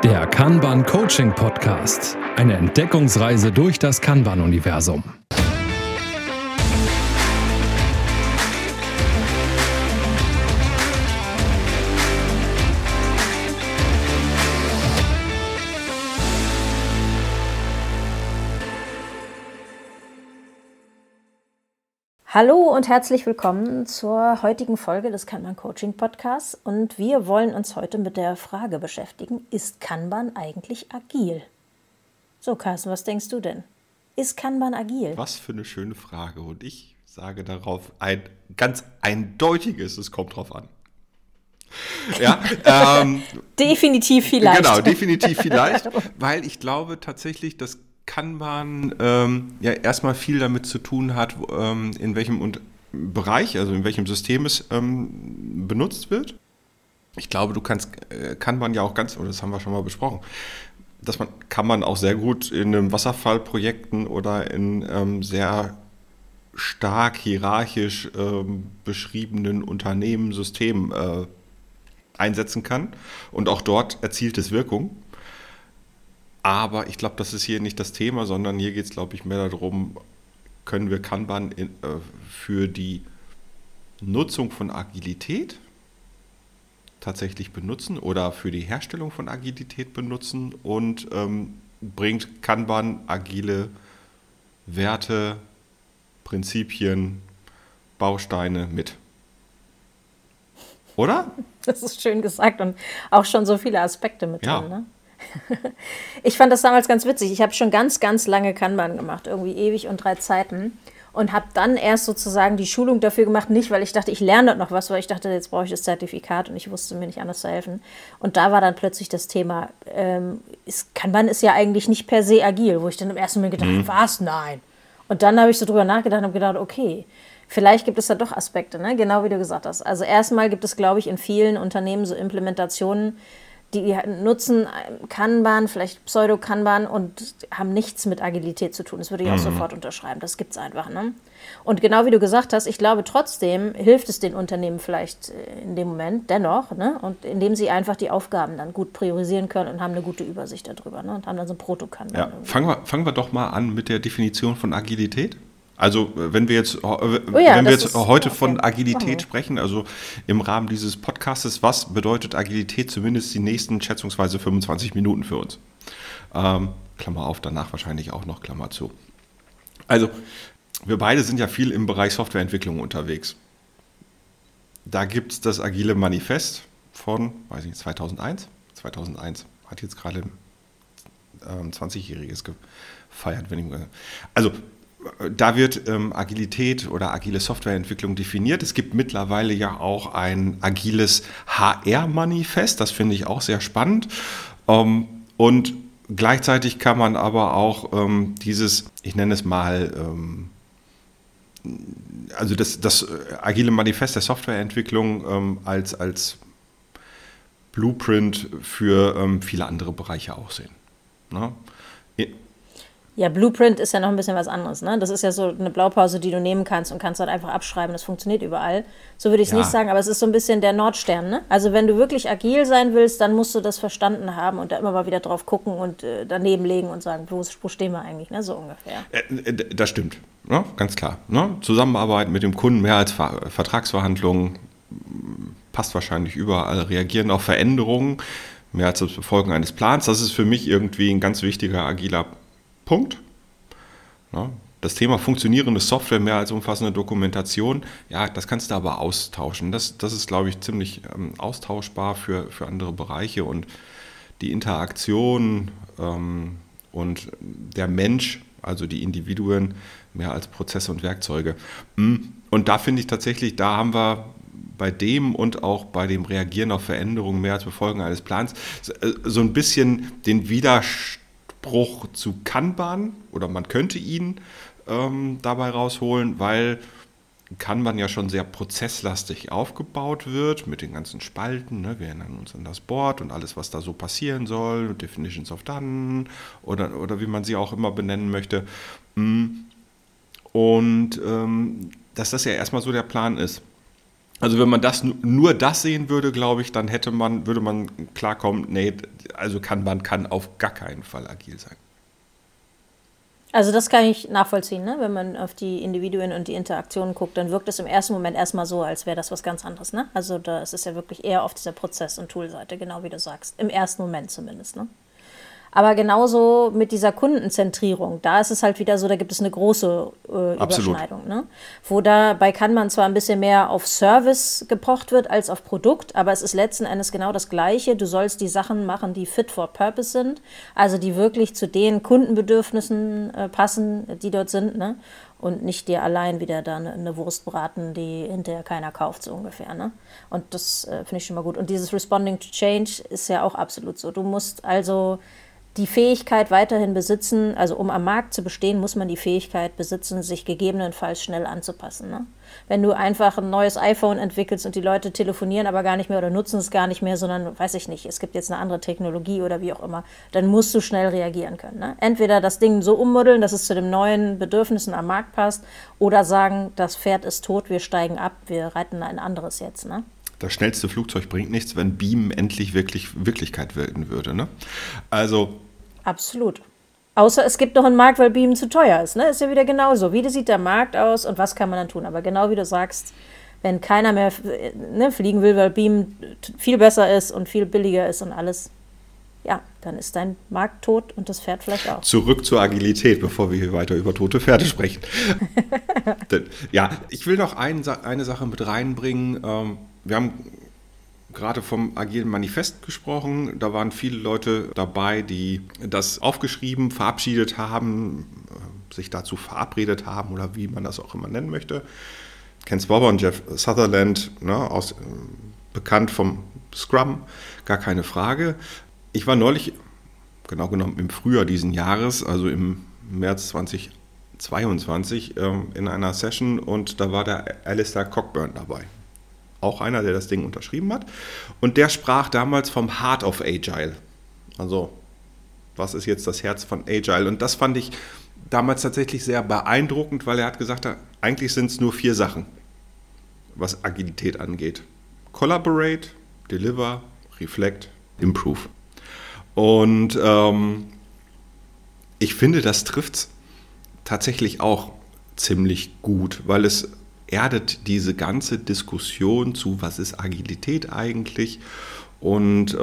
Der Kanban Coaching Podcast. Eine Entdeckungsreise durch das Kanban-Universum. Hallo und herzlich willkommen zur heutigen Folge des Kanban Coaching Podcasts. Und wir wollen uns heute mit der Frage beschäftigen, ist Kanban eigentlich agil? So, Carsten, was denkst du denn? Ist Kanban agil? Was für eine schöne Frage. Und ich sage darauf ein ganz eindeutiges, es kommt drauf an. Ja, definitiv vielleicht. Genau, definitiv vielleicht, weil ich glaube tatsächlich, dass Kanban ja erstmal viel damit zu tun hat, in welchem Bereich, also in welchem System es benutzt wird. Ich glaube, du kannst Kanban ja auch oder das haben wir schon mal besprochen, kann man auch sehr gut in einem Wasserfallprojekten oder in sehr stark hierarchisch beschriebenen Unternehmen, Systemen einsetzen kann und auch dort erzielt es Wirkung. Aber ich glaube, das ist hier nicht das Thema, sondern hier geht es, glaube ich, mehr darum, können wir Kanban für die Nutzung von Agilität tatsächlich benutzen oder für die Herstellung von Agilität benutzen und bringt Kanban agile Werte, Prinzipien, Bausteine mit. Oder? Das ist schön gesagt und auch schon so viele Aspekte mit ja. drin, ne? Ich fand das damals ganz witzig. Ich habe schon ganz, ganz lange Kanban gemacht, irgendwie ewig und 3 Zeiten. Und habe dann erst sozusagen die Schulung dafür gemacht, nicht, weil ich dachte, ich lerne dort noch was, weil ich dachte, jetzt brauche ich das Zertifikat und ich wusste mir nicht anders zu helfen. Und da war dann plötzlich das Thema, Kanban ist ja eigentlich nicht per se agil, wo ich dann im ersten Moment gedacht habe, was? Nein. Und dann habe ich so drüber nachgedacht und habe gedacht, okay, vielleicht gibt es da doch Aspekte, ne? Genau wie du gesagt hast. Also erstmal gibt es, glaube ich, in vielen Unternehmen so Implementationen, die nutzen Kanban, vielleicht Pseudo-Kanban und haben nichts mit Agilität zu tun. Das würde ich auch sofort unterschreiben. Das gibt es einfach. Ne? Und genau wie du gesagt hast, ich glaube trotzdem hilft es den Unternehmen vielleicht in dem Moment dennoch, ne? Und indem sie einfach die Aufgaben dann gut priorisieren können und haben eine gute Übersicht darüber, ne? Und haben dann so ein Proto-Kanban. Ja, fangen wir doch mal an mit der Definition von Agilität. Also wenn wir jetzt, heute von Agilität sprechen, also im Rahmen dieses Podcastes, was bedeutet Agilität zumindest die nächsten schätzungsweise 25 Minuten für uns? Klammer auf, danach wahrscheinlich auch noch Klammer zu. Also wir beide sind ja viel im Bereich Softwareentwicklung unterwegs. Da gibt es das Agile Manifest von, 2001. 2001 hat jetzt gerade 20-Jähriges gefeiert. Da wird Agilität oder agile Softwareentwicklung definiert. Es gibt mittlerweile ja auch ein agiles HR-Manifest, das finde ich auch sehr spannend. Und gleichzeitig kann man aber auch dieses, ich nenne es mal, also das agile Manifest der Softwareentwicklung als Blueprint für viele andere Bereiche auch sehen. Ne? Ja, Blueprint ist ja noch ein bisschen was anderes, ne? Das ist ja so eine Blaupause, die du nehmen kannst und kannst dann einfach abschreiben. Das funktioniert überall. So würde ich es nicht sagen, aber es ist so ein bisschen der Nordstern, ne? Also wenn du wirklich agil sein willst, dann musst du das verstanden haben und da immer mal wieder drauf gucken und daneben legen und sagen, wo stehen wir eigentlich, ne? So ungefähr. Das stimmt, ne? Ganz klar. Ne? Zusammenarbeit mit dem Kunden, mehr als Vertragsverhandlungen, passt wahrscheinlich überall. Reagieren auf Veränderungen, mehr als das Befolgen eines Plans. Das ist für mich irgendwie ein ganz wichtiger agiler Punkt. Ja, das Thema funktionierende Software, mehr als umfassende Dokumentation, ja, das kannst du aber austauschen. Das ist, glaube ich, ziemlich austauschbar für andere Bereiche und die Interaktion und der Mensch, also die Individuen, mehr als Prozesse und Werkzeuge. Und da finde ich tatsächlich, da haben wir bei dem und auch bei dem Reagieren auf Veränderungen, mehr als Befolgen eines Plans, so ein bisschen den Widerspruch zu Kanban, oder man könnte ihn dabei rausholen, weil Kanban ja schon sehr prozesslastig aufgebaut wird, mit den ganzen Spalten, ne? Wir erinnern uns an das Board und alles, was da so passieren soll, Definitions of Done oder wie man sie auch immer benennen möchte. Und dass das ja erstmal so der Plan ist. Also wenn man nur das sehen würde, glaube ich, dann würde man klarkommen, nee, also Kanban kann auf gar keinen Fall agil sein. Also das kann ich nachvollziehen, ne? Wenn man auf die Individuen und die Interaktionen guckt, dann wirkt es im ersten Moment erstmal so, als wäre das was ganz anderes. Ne? Also da ist es ja wirklich eher auf dieser Prozess- und Toolseite, genau wie du sagst. Im ersten Moment zumindest. Ne? Aber genauso mit dieser Kundenzentrierung, da ist es halt wieder so, da gibt es eine große Überschneidung. Ne? Wo da bei Kanban zwar ein bisschen mehr auf Service gepocht wird als auf Produkt, aber es ist letzten Endes genau das Gleiche. Du sollst die Sachen machen, die fit for purpose sind, also die wirklich zu den Kundenbedürfnissen passen, die dort sind, ne? Und nicht dir allein wieder da eine Wurst braten, die hinterher keiner kauft, so ungefähr. Ne? Und das finde ich schon mal gut. Und dieses Responding to Change ist ja auch absolut so. Du musst also die Fähigkeit weiterhin besitzen, also um am Markt zu bestehen, muss man die Fähigkeit besitzen, sich gegebenenfalls schnell anzupassen. Ne? Wenn du einfach ein neues iPhone entwickelst und die Leute telefonieren aber gar nicht mehr oder nutzen es gar nicht mehr, sondern, weiß ich nicht, es gibt jetzt eine andere Technologie oder wie auch immer, dann musst du schnell reagieren können. Ne? Entweder das Ding so ummodeln, dass es zu den neuen Bedürfnissen am Markt passt, oder sagen, das Pferd ist tot, wir steigen ab, wir reiten ein anderes jetzt. Ne? Das schnellste Flugzeug bringt nichts, wenn Beamen endlich wirklich Wirklichkeit werden würde. Ne? Also. Absolut. Außer es gibt noch einen Markt, weil Beamen zu teuer ist. Ne? Ist ja wieder genauso. Wie sieht der Markt aus und was kann man dann tun? Aber genau wie du sagst, wenn keiner mehr fliegen will, weil Beamen viel besser ist und viel billiger ist und alles, ja, dann ist dein Markt tot und das Pferd vielleicht auch. Zurück zur Agilität, bevor wir hier weiter über tote Pferde sprechen. Ja, ich will noch eine Sache mit reinbringen. Wir haben gerade vom Agilen Manifest gesprochen. Da waren viele Leute dabei, die das aufgeschrieben, verabschiedet haben, sich dazu verabredet haben oder wie man das auch immer nennen möchte. Ken Swabber und Jeff Sutherland, ne, bekannt vom Scrum, gar keine Frage. Ich war neulich, genau genommen im Frühjahr diesen Jahres, also im März 2022, in einer Session und da war der Alistair Cockburn dabei. Auch einer, der das Ding unterschrieben hat. Und der sprach damals vom Heart of Agile. Also, was ist jetzt das Herz von Agile? Und das fand ich damals tatsächlich sehr beeindruckend, weil er hat gesagt, eigentlich sind es nur 4 Sachen, was Agilität angeht. Collaborate, Deliver, Reflect, Improve. Und ich finde, das trifft es tatsächlich auch ziemlich gut, weil es erdet diese ganze Diskussion zu, was ist Agilität eigentlich und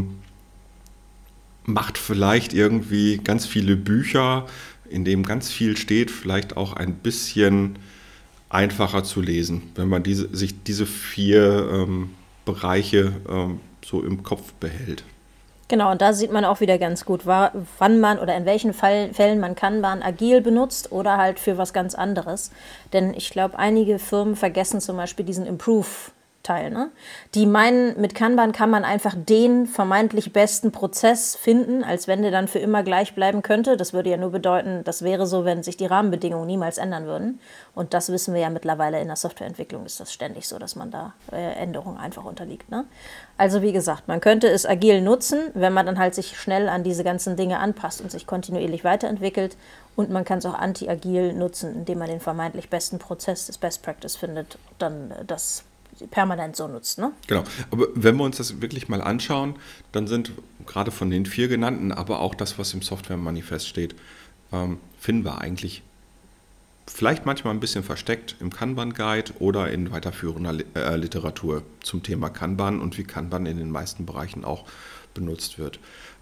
macht vielleicht irgendwie ganz viele Bücher, in dem ganz viel steht, vielleicht auch ein bisschen einfacher zu lesen, wenn man sich diese 4 Bereiche so im Kopf behält. Genau, und da sieht man auch wieder ganz gut, wann man oder in welchen Fällen man Kanban agil benutzt oder halt für was ganz anderes. Denn ich glaube, einige Firmen vergessen zum Beispiel diesen Improve-Teil. Ne? Die meinen, mit Kanban kann man einfach den vermeintlich besten Prozess finden, als wenn der dann für immer gleich bleiben könnte. Das würde ja nur bedeuten, das wäre so, wenn sich die Rahmenbedingungen niemals ändern würden. Und das wissen wir ja mittlerweile, in der Softwareentwicklung ist das ständig so, dass man da Änderungen einfach unterliegt. Ne? Also wie gesagt, man könnte es agil nutzen, wenn man dann halt sich schnell an diese ganzen Dinge anpasst und sich kontinuierlich weiterentwickelt. Und man kann es auch anti-agil nutzen, indem man den vermeintlich besten Prozess, das Best Practice findet, dann das permanent so nutzt. Ne? Genau, aber wenn wir uns das wirklich mal anschauen, dann sind gerade von den 4 genannten, aber auch das, was im Software-Manifest steht, finden wir eigentlich vielleicht manchmal ein bisschen versteckt im Kanban-Guide oder in weiterführender Literatur zum Thema Kanban und wie Kanban in den meisten Bereichen auch benutzt wird.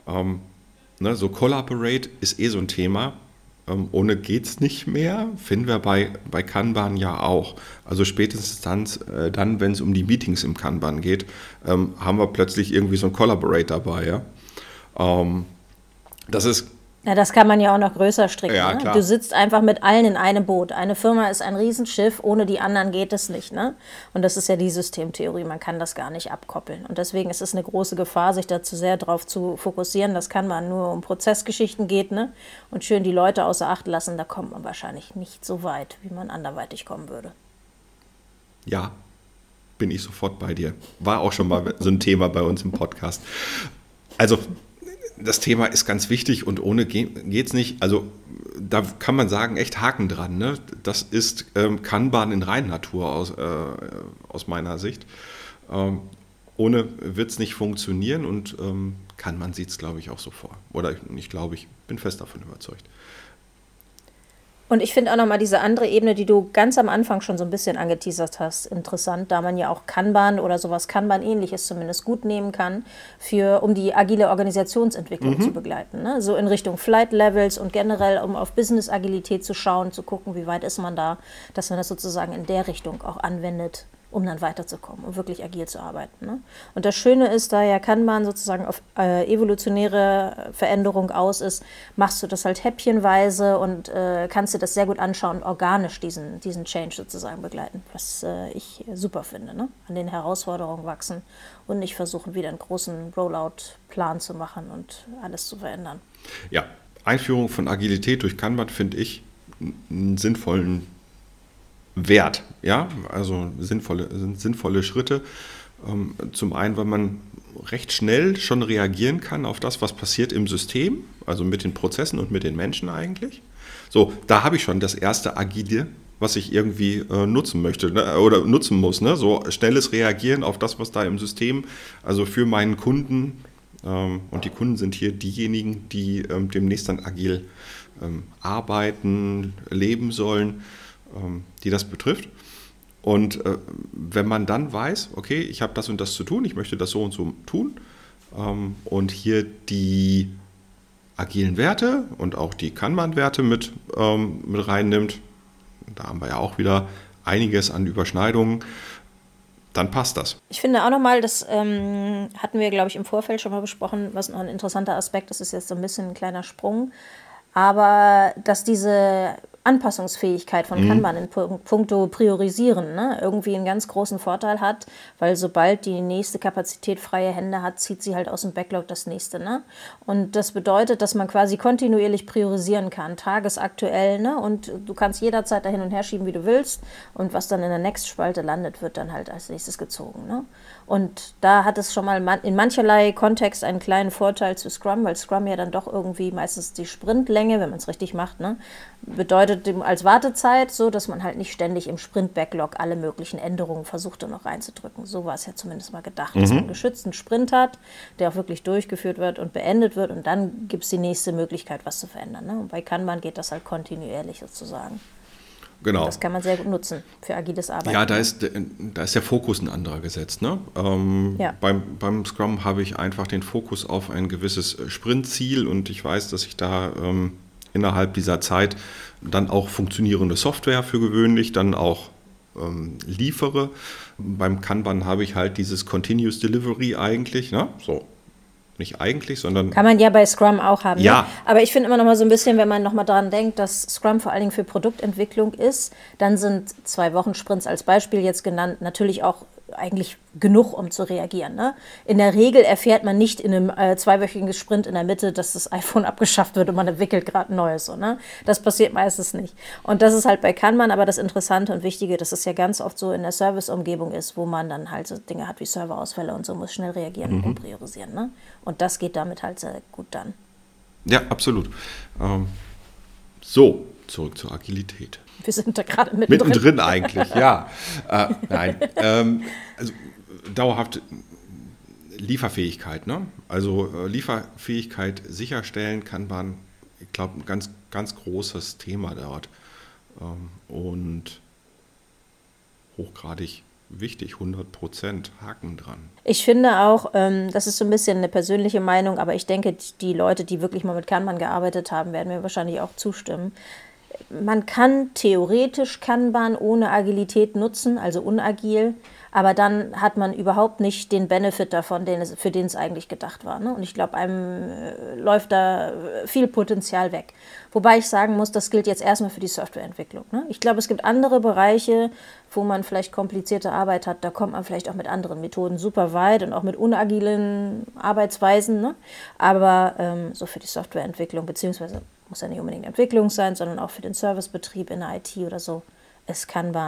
So Collaborate ist so ein Thema. Ohne geht's nicht mehr, finden wir bei Kanban ja auch. Also spätestens dann, wenn es um die Meetings im Kanban geht, haben wir plötzlich irgendwie so ein Collaborate dabei. Ja? Das ist... Ja, das kann man ja auch noch größer stricken. Ja, ne? klar. Du sitzt einfach mit allen in einem Boot. Eine Firma ist ein Riesenschiff, ohne die anderen geht es nicht. Ne? Und das ist ja die Systemtheorie, man kann das gar nicht abkoppeln. Und deswegen ist es eine große Gefahr, sich da zu sehr darauf zu fokussieren. Das kann man nur um Prozessgeschichten geht, ne? Und schön die Leute außer Acht lassen. Da kommt man wahrscheinlich nicht so weit, wie man anderweitig kommen würde. Ja, bin ich sofort bei dir. War auch schon mal so ein Thema bei uns im Podcast. Also das Thema ist ganz wichtig und ohne geht's nicht. Also da kann man sagen, echt Haken dran. Ne? Das ist Kanban in Reinnatur aus meiner Sicht. Ohne wird es nicht funktionieren und Kanban sieht es, glaube ich, auch so vor. Oder nicht glaube ich, bin fest davon überzeugt. Und ich finde auch nochmal diese andere Ebene, die du ganz am Anfang schon so ein bisschen angeteasert hast, interessant, da man ja auch Kanban oder sowas Kanban-ähnliches zumindest gut nehmen kann, um die agile Organisationsentwicklung zu begleiten. Ne? So in Richtung Flight Levels und generell, um auf Business-Agilität zu schauen, zu gucken, wie weit ist man da, dass man das sozusagen in der Richtung auch anwendet, um dann weiterzukommen und wirklich agil zu arbeiten. Ne? Und das Schöne ist, da ja Kanban sozusagen auf evolutionäre Veränderung aus ist, machst du das halt häppchenweise und kannst dir das sehr gut anschauen und organisch diesen Change sozusagen begleiten, was ich super finde. Ne? An den Herausforderungen wachsen und nicht versuchen, wieder einen großen Rollout-Plan zu machen und alles zu verändern. Ja, Einführung von Agilität durch Kanban finde ich einen sinnvollen Wert, ja, also sind sinnvolle Schritte. Zum einen, weil man recht schnell schon reagieren kann auf das, was passiert im System, also mit den Prozessen und mit den Menschen eigentlich. So, da habe ich schon das erste Agile, was ich irgendwie nutzen möchte, ne, oder nutzen muss, ne? So schnelles Reagieren auf das, was da im System, also für meinen Kunden, und die Kunden sind hier diejenigen, die demnächst dann agil arbeiten, leben sollen, die das betrifft. Und wenn man dann weiß, okay, ich habe das und das zu tun, ich möchte das so und so tun, und hier die agilen Werte und auch die Kanban-Werte mit reinnimmt, da haben wir ja auch wieder einiges an Überschneidungen, dann passt das. Ich finde auch nochmal, das hatten wir, glaube ich, im Vorfeld schon mal besprochen, was noch ein interessanter Aspekt ist, ist jetzt so ein bisschen ein kleiner Sprung, aber dass diese Anpassungsfähigkeit von Kanban in puncto Priorisieren, ne, irgendwie einen ganz großen Vorteil hat, weil sobald die nächste Kapazität freie Hände hat, zieht sie halt aus dem Backlog das nächste. Ne? Und das bedeutet, dass man quasi kontinuierlich priorisieren kann, tagesaktuell, ne? Und du kannst jederzeit da hin und her schieben, wie du willst, und was dann in der Next-Spalte landet, wird dann halt als nächstes gezogen. Ne? Und da hat es schon mal in mancherlei Kontext einen kleinen Vorteil zu Scrum, weil Scrum ja dann doch irgendwie meistens die Sprintlänge, wenn man es richtig macht, ne, bedeutet als Wartezeit so, dass man halt nicht ständig im Sprint-Backlog alle möglichen Änderungen versuchte noch reinzudrücken. So war es ja zumindest mal gedacht, dass man einen geschützten Sprint hat, der auch wirklich durchgeführt wird und beendet wird und dann gibt es die nächste Möglichkeit, was zu verändern. Ne? Und bei Kanban geht das halt kontinuierlich sozusagen. Genau. Das kann man sehr gut nutzen für agiles Arbeiten. Ja, da ist der Fokus ein anderer gesetzt. Ne? Ja. Beim Scrum habe ich einfach den Fokus auf ein gewisses Sprintziel und ich weiß, dass ich da innerhalb dieser Zeit dann auch funktionierende Software für gewöhnlich dann auch liefere. Beim Kanban habe ich halt dieses Continuous Delivery eigentlich, ne? So. Nicht eigentlich, sondern... Kann man ja bei Scrum auch haben. Ja. Ne? Aber ich finde immer noch mal so ein bisschen, wenn man noch mal daran denkt, dass Scrum vor allen Dingen für Produktentwicklung ist, dann sind 2 Wochen Sprints als Beispiel jetzt genannt natürlich auch eigentlich genug, um zu reagieren. Ne? In der Regel erfährt man nicht in einem 2-wöchigen Sprint in der Mitte, dass das iPhone abgeschafft wird und man entwickelt gerade ein neues. So, ne? Das passiert meistens nicht. Und das ist halt bei Kanban aber das Interessante und Wichtige, dass es ja ganz oft so in der Serviceumgebung ist, wo man dann halt so Dinge hat wie Serverausfälle und so, muss schnell reagieren und priorisieren. Ne? Und das geht damit halt sehr gut dann. Ja, absolut. So, zurück zur Agilität. Wir sind da gerade mittendrin. Mittendrin eigentlich, ja. Nein, also dauerhaft Lieferfähigkeit, ne? Also Lieferfähigkeit sicherstellen kann man, ich glaube, ein ganz, ganz großes Thema dort. Und hochgradig wichtig, 100% Haken dran. Ich finde auch, das ist so ein bisschen eine persönliche Meinung, aber ich denke, die Leute, die wirklich mal mit Kanban gearbeitet haben, werden mir wahrscheinlich auch zustimmen. Man kann theoretisch Kanban ohne Agilität nutzen, also unagil, aber dann hat man überhaupt nicht den Benefit davon, für den es eigentlich gedacht war. Ne? Und ich glaube, einem läuft da viel Potenzial weg. Wobei ich sagen muss, das gilt jetzt erstmal für die Softwareentwicklung. Ne? Ich glaube, es gibt andere Bereiche, wo man vielleicht komplizierte Arbeit hat, da kommt man vielleicht auch mit anderen Methoden super weit und auch mit unagilen Arbeitsweisen. Ne? Aber so für die Softwareentwicklung, beziehungsweise muss ja nicht unbedingt Entwicklung sein, sondern auch für den Servicebetrieb in der IT oder so, ist Kanban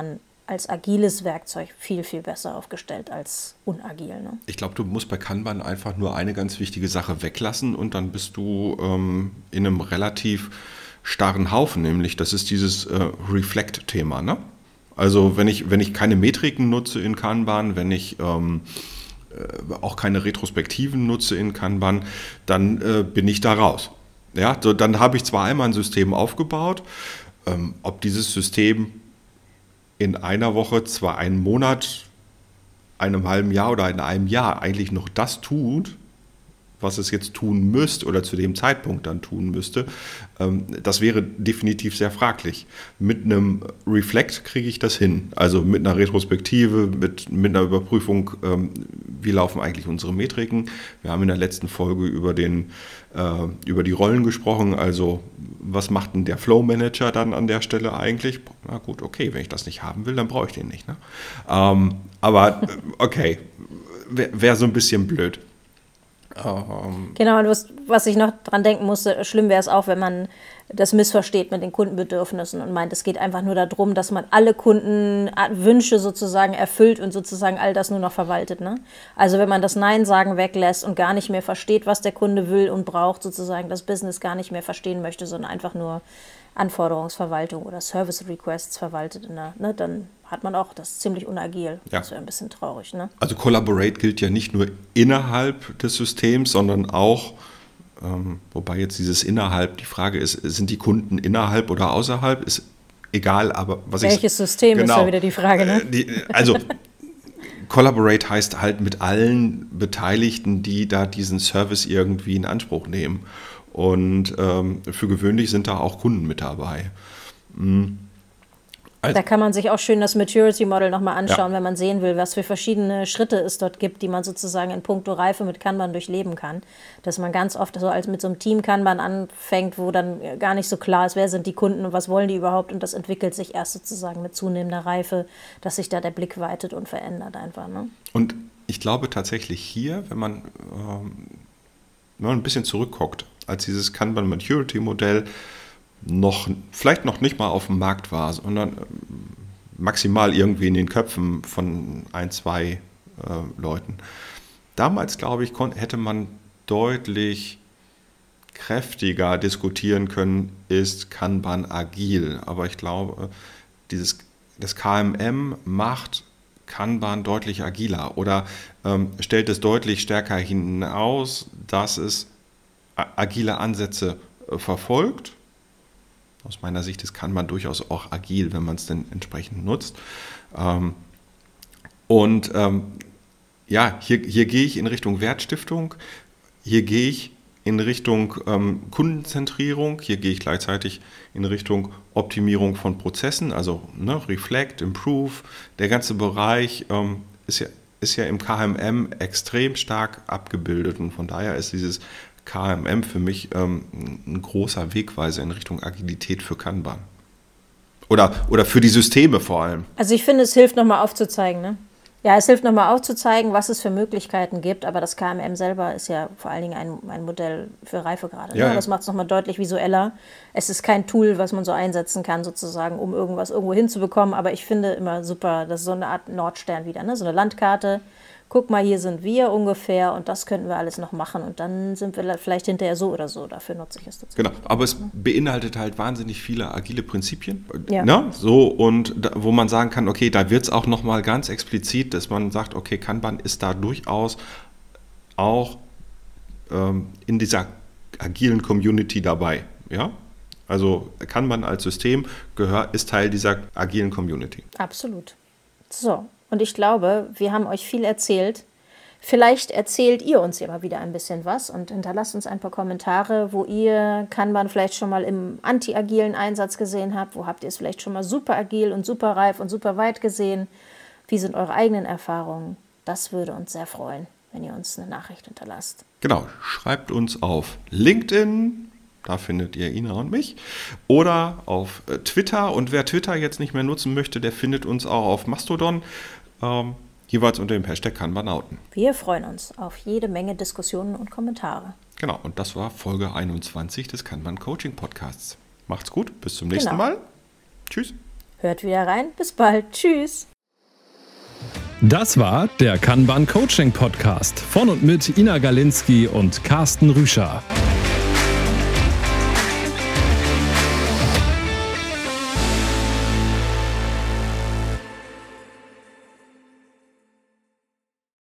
als agiles Werkzeug viel, viel besser aufgestellt als unagil. Ne? Ich glaube, du musst bei Kanban einfach nur eine ganz wichtige Sache weglassen und dann bist du in einem relativ starren Haufen, nämlich das ist dieses Reflect-Thema. Ne? Also wenn ich keine Metriken nutze in Kanban, wenn ich auch keine Retrospektiven nutze in Kanban, dann bin ich da raus. Ja, so, dann habe ich zwar einmal ein System aufgebaut, ob dieses System in einer Woche, zwar einen Monat, einem halben Jahr oder in einem Jahr eigentlich noch das tut, was es jetzt tun müsste oder zu dem Zeitpunkt dann tun müsste, das wäre definitiv sehr fraglich. Mit einem Reflect kriege ich das hin, also mit einer Retrospektive, mit einer Überprüfung, wie laufen eigentlich unsere Metriken. Wir haben in der letzten Folge über die Rollen gesprochen, also was macht denn der Flow Manager dann an der Stelle eigentlich? Na gut, okay, wenn ich das nicht haben will, dann brauche ich den nicht. Ne? Aber okay, wäre so ein bisschen blöd. Genau, und was ich noch dran denken musste, schlimm wäre es auch, wenn man das missversteht mit den Kundenbedürfnissen und meint, es geht einfach nur darum, dass man alle Kundenwünsche sozusagen erfüllt und sozusagen all das nur noch verwaltet. Ne? Also wenn man das Nein sagen weglässt und gar nicht mehr versteht, was der Kunde will und braucht, sozusagen das Business gar nicht mehr verstehen möchte, sondern einfach nur Anforderungsverwaltung oder Service Requests verwaltet, ne, dann hat man auch das ziemlich unagil. Ja. Das wäre ein bisschen traurig. Ne? Also Collaborate gilt ja nicht nur innerhalb des Systems, sondern auch, wobei jetzt dieses innerhalb, die Frage ist, sind die Kunden innerhalb oder außerhalb? Ist egal, aber was welches System ist ja wieder die Frage, ne? Also Collaborate heißt halt mit allen Beteiligten, die da diesen Service irgendwie in Anspruch nehmen. Und für gewöhnlich sind da auch Kunden mit dabei. Also, da kann man sich auch schön das Maturity Model nochmal anschauen, wenn man sehen will, was für verschiedene Schritte es dort gibt, die man sozusagen in puncto Reife mit Kanban durchleben kann. Dass man ganz oft so als mit so einem Team Kanban anfängt, wo dann gar nicht so klar ist, wer sind die Kunden und was wollen die überhaupt. Und das entwickelt sich erst sozusagen mit zunehmender Reife, dass sich da der Blick weitet und verändert einfach. Ne? Und ich glaube tatsächlich hier, wenn man ein bisschen zurückguckt, als dieses Kanban Maturity Modell vielleicht noch nicht mal auf dem Markt war, sondern maximal irgendwie in den Köpfen von 1, 2 Leuten. Damals, glaube ich, hätte man deutlich kräftiger diskutieren können, ist Kanban agil. Aber ich glaube, das KMM macht Kanban deutlich agiler oder stellt es deutlich stärker hinaus, dass es agile Ansätze verfolgt. Aus meiner Sicht ist Kanban durchaus auch agil, wenn man es denn entsprechend nutzt. Hier gehe ich in Richtung Wertstiftung, hier gehe ich in Richtung Kundenzentrierung, hier gehe ich gleichzeitig in Richtung Optimierung von Prozessen, also Reflect, Improve. Der ganze Bereich ist ja im KMM extrem stark abgebildet und von daher ist dieses KMM für mich ein großer Wegweiser in Richtung Agilität für Kanban. Oder für die Systeme vor allem. Also ich finde, es hilft nochmal aufzuzeigen, ne? Ja, es hilft nochmal aufzuzeigen, was es für Möglichkeiten gibt, aber das KMM selber ist ja vor allen Dingen ein Modell für Reifegrade. Ja, ne? Das macht es nochmal deutlich visueller. Es ist kein Tool, was man so einsetzen kann, sozusagen, um irgendwas irgendwo hinzubekommen, aber ich finde immer super, das ist so eine Art Nordstern wieder, ne? So eine Landkarte. Guck mal, hier sind wir ungefähr und das könnten wir alles noch machen und dann sind wir vielleicht hinterher so oder so. Dafür nutze ich es dazu. Genau, aber es beinhaltet halt wahnsinnig viele agile Prinzipien. Ja. Ne? So, und wo man sagen kann, okay, da wird es auch nochmal ganz explizit, dass man sagt, okay, Kanban ist da durchaus auch in dieser agilen Community dabei. Ja? Also Kanban als System ist Teil dieser agilen Community. Absolut. So. Und ich glaube, wir haben euch viel erzählt. Vielleicht erzählt ihr uns ja mal wieder ein bisschen was und hinterlasst uns ein paar Kommentare, wo ihr Kanban vielleicht schon mal im anti-agilen Einsatz gesehen habt. Wo habt ihr es vielleicht schon mal super agil und super reif und super weit gesehen? Wie sind eure eigenen Erfahrungen? Das würde uns sehr freuen, wenn ihr uns eine Nachricht hinterlasst. Genau, schreibt uns auf LinkedIn. Da findet ihr Ina und mich. Oder auf Twitter. Und wer Twitter jetzt nicht mehr nutzen möchte, der findet uns auch auf Mastodon. Jeweils unter dem Hashtag Kanbanauten. Wir freuen uns auf jede Menge Diskussionen und Kommentare. Genau, und das war Folge 21 des Kanban Coaching Podcasts. Macht's gut, bis zum nächsten Mal. Tschüss. Hört wieder rein. Bis bald. Tschüss. Das war der Kanban Coaching Podcast von und mit Ina Galinski und Carsten Rüscher.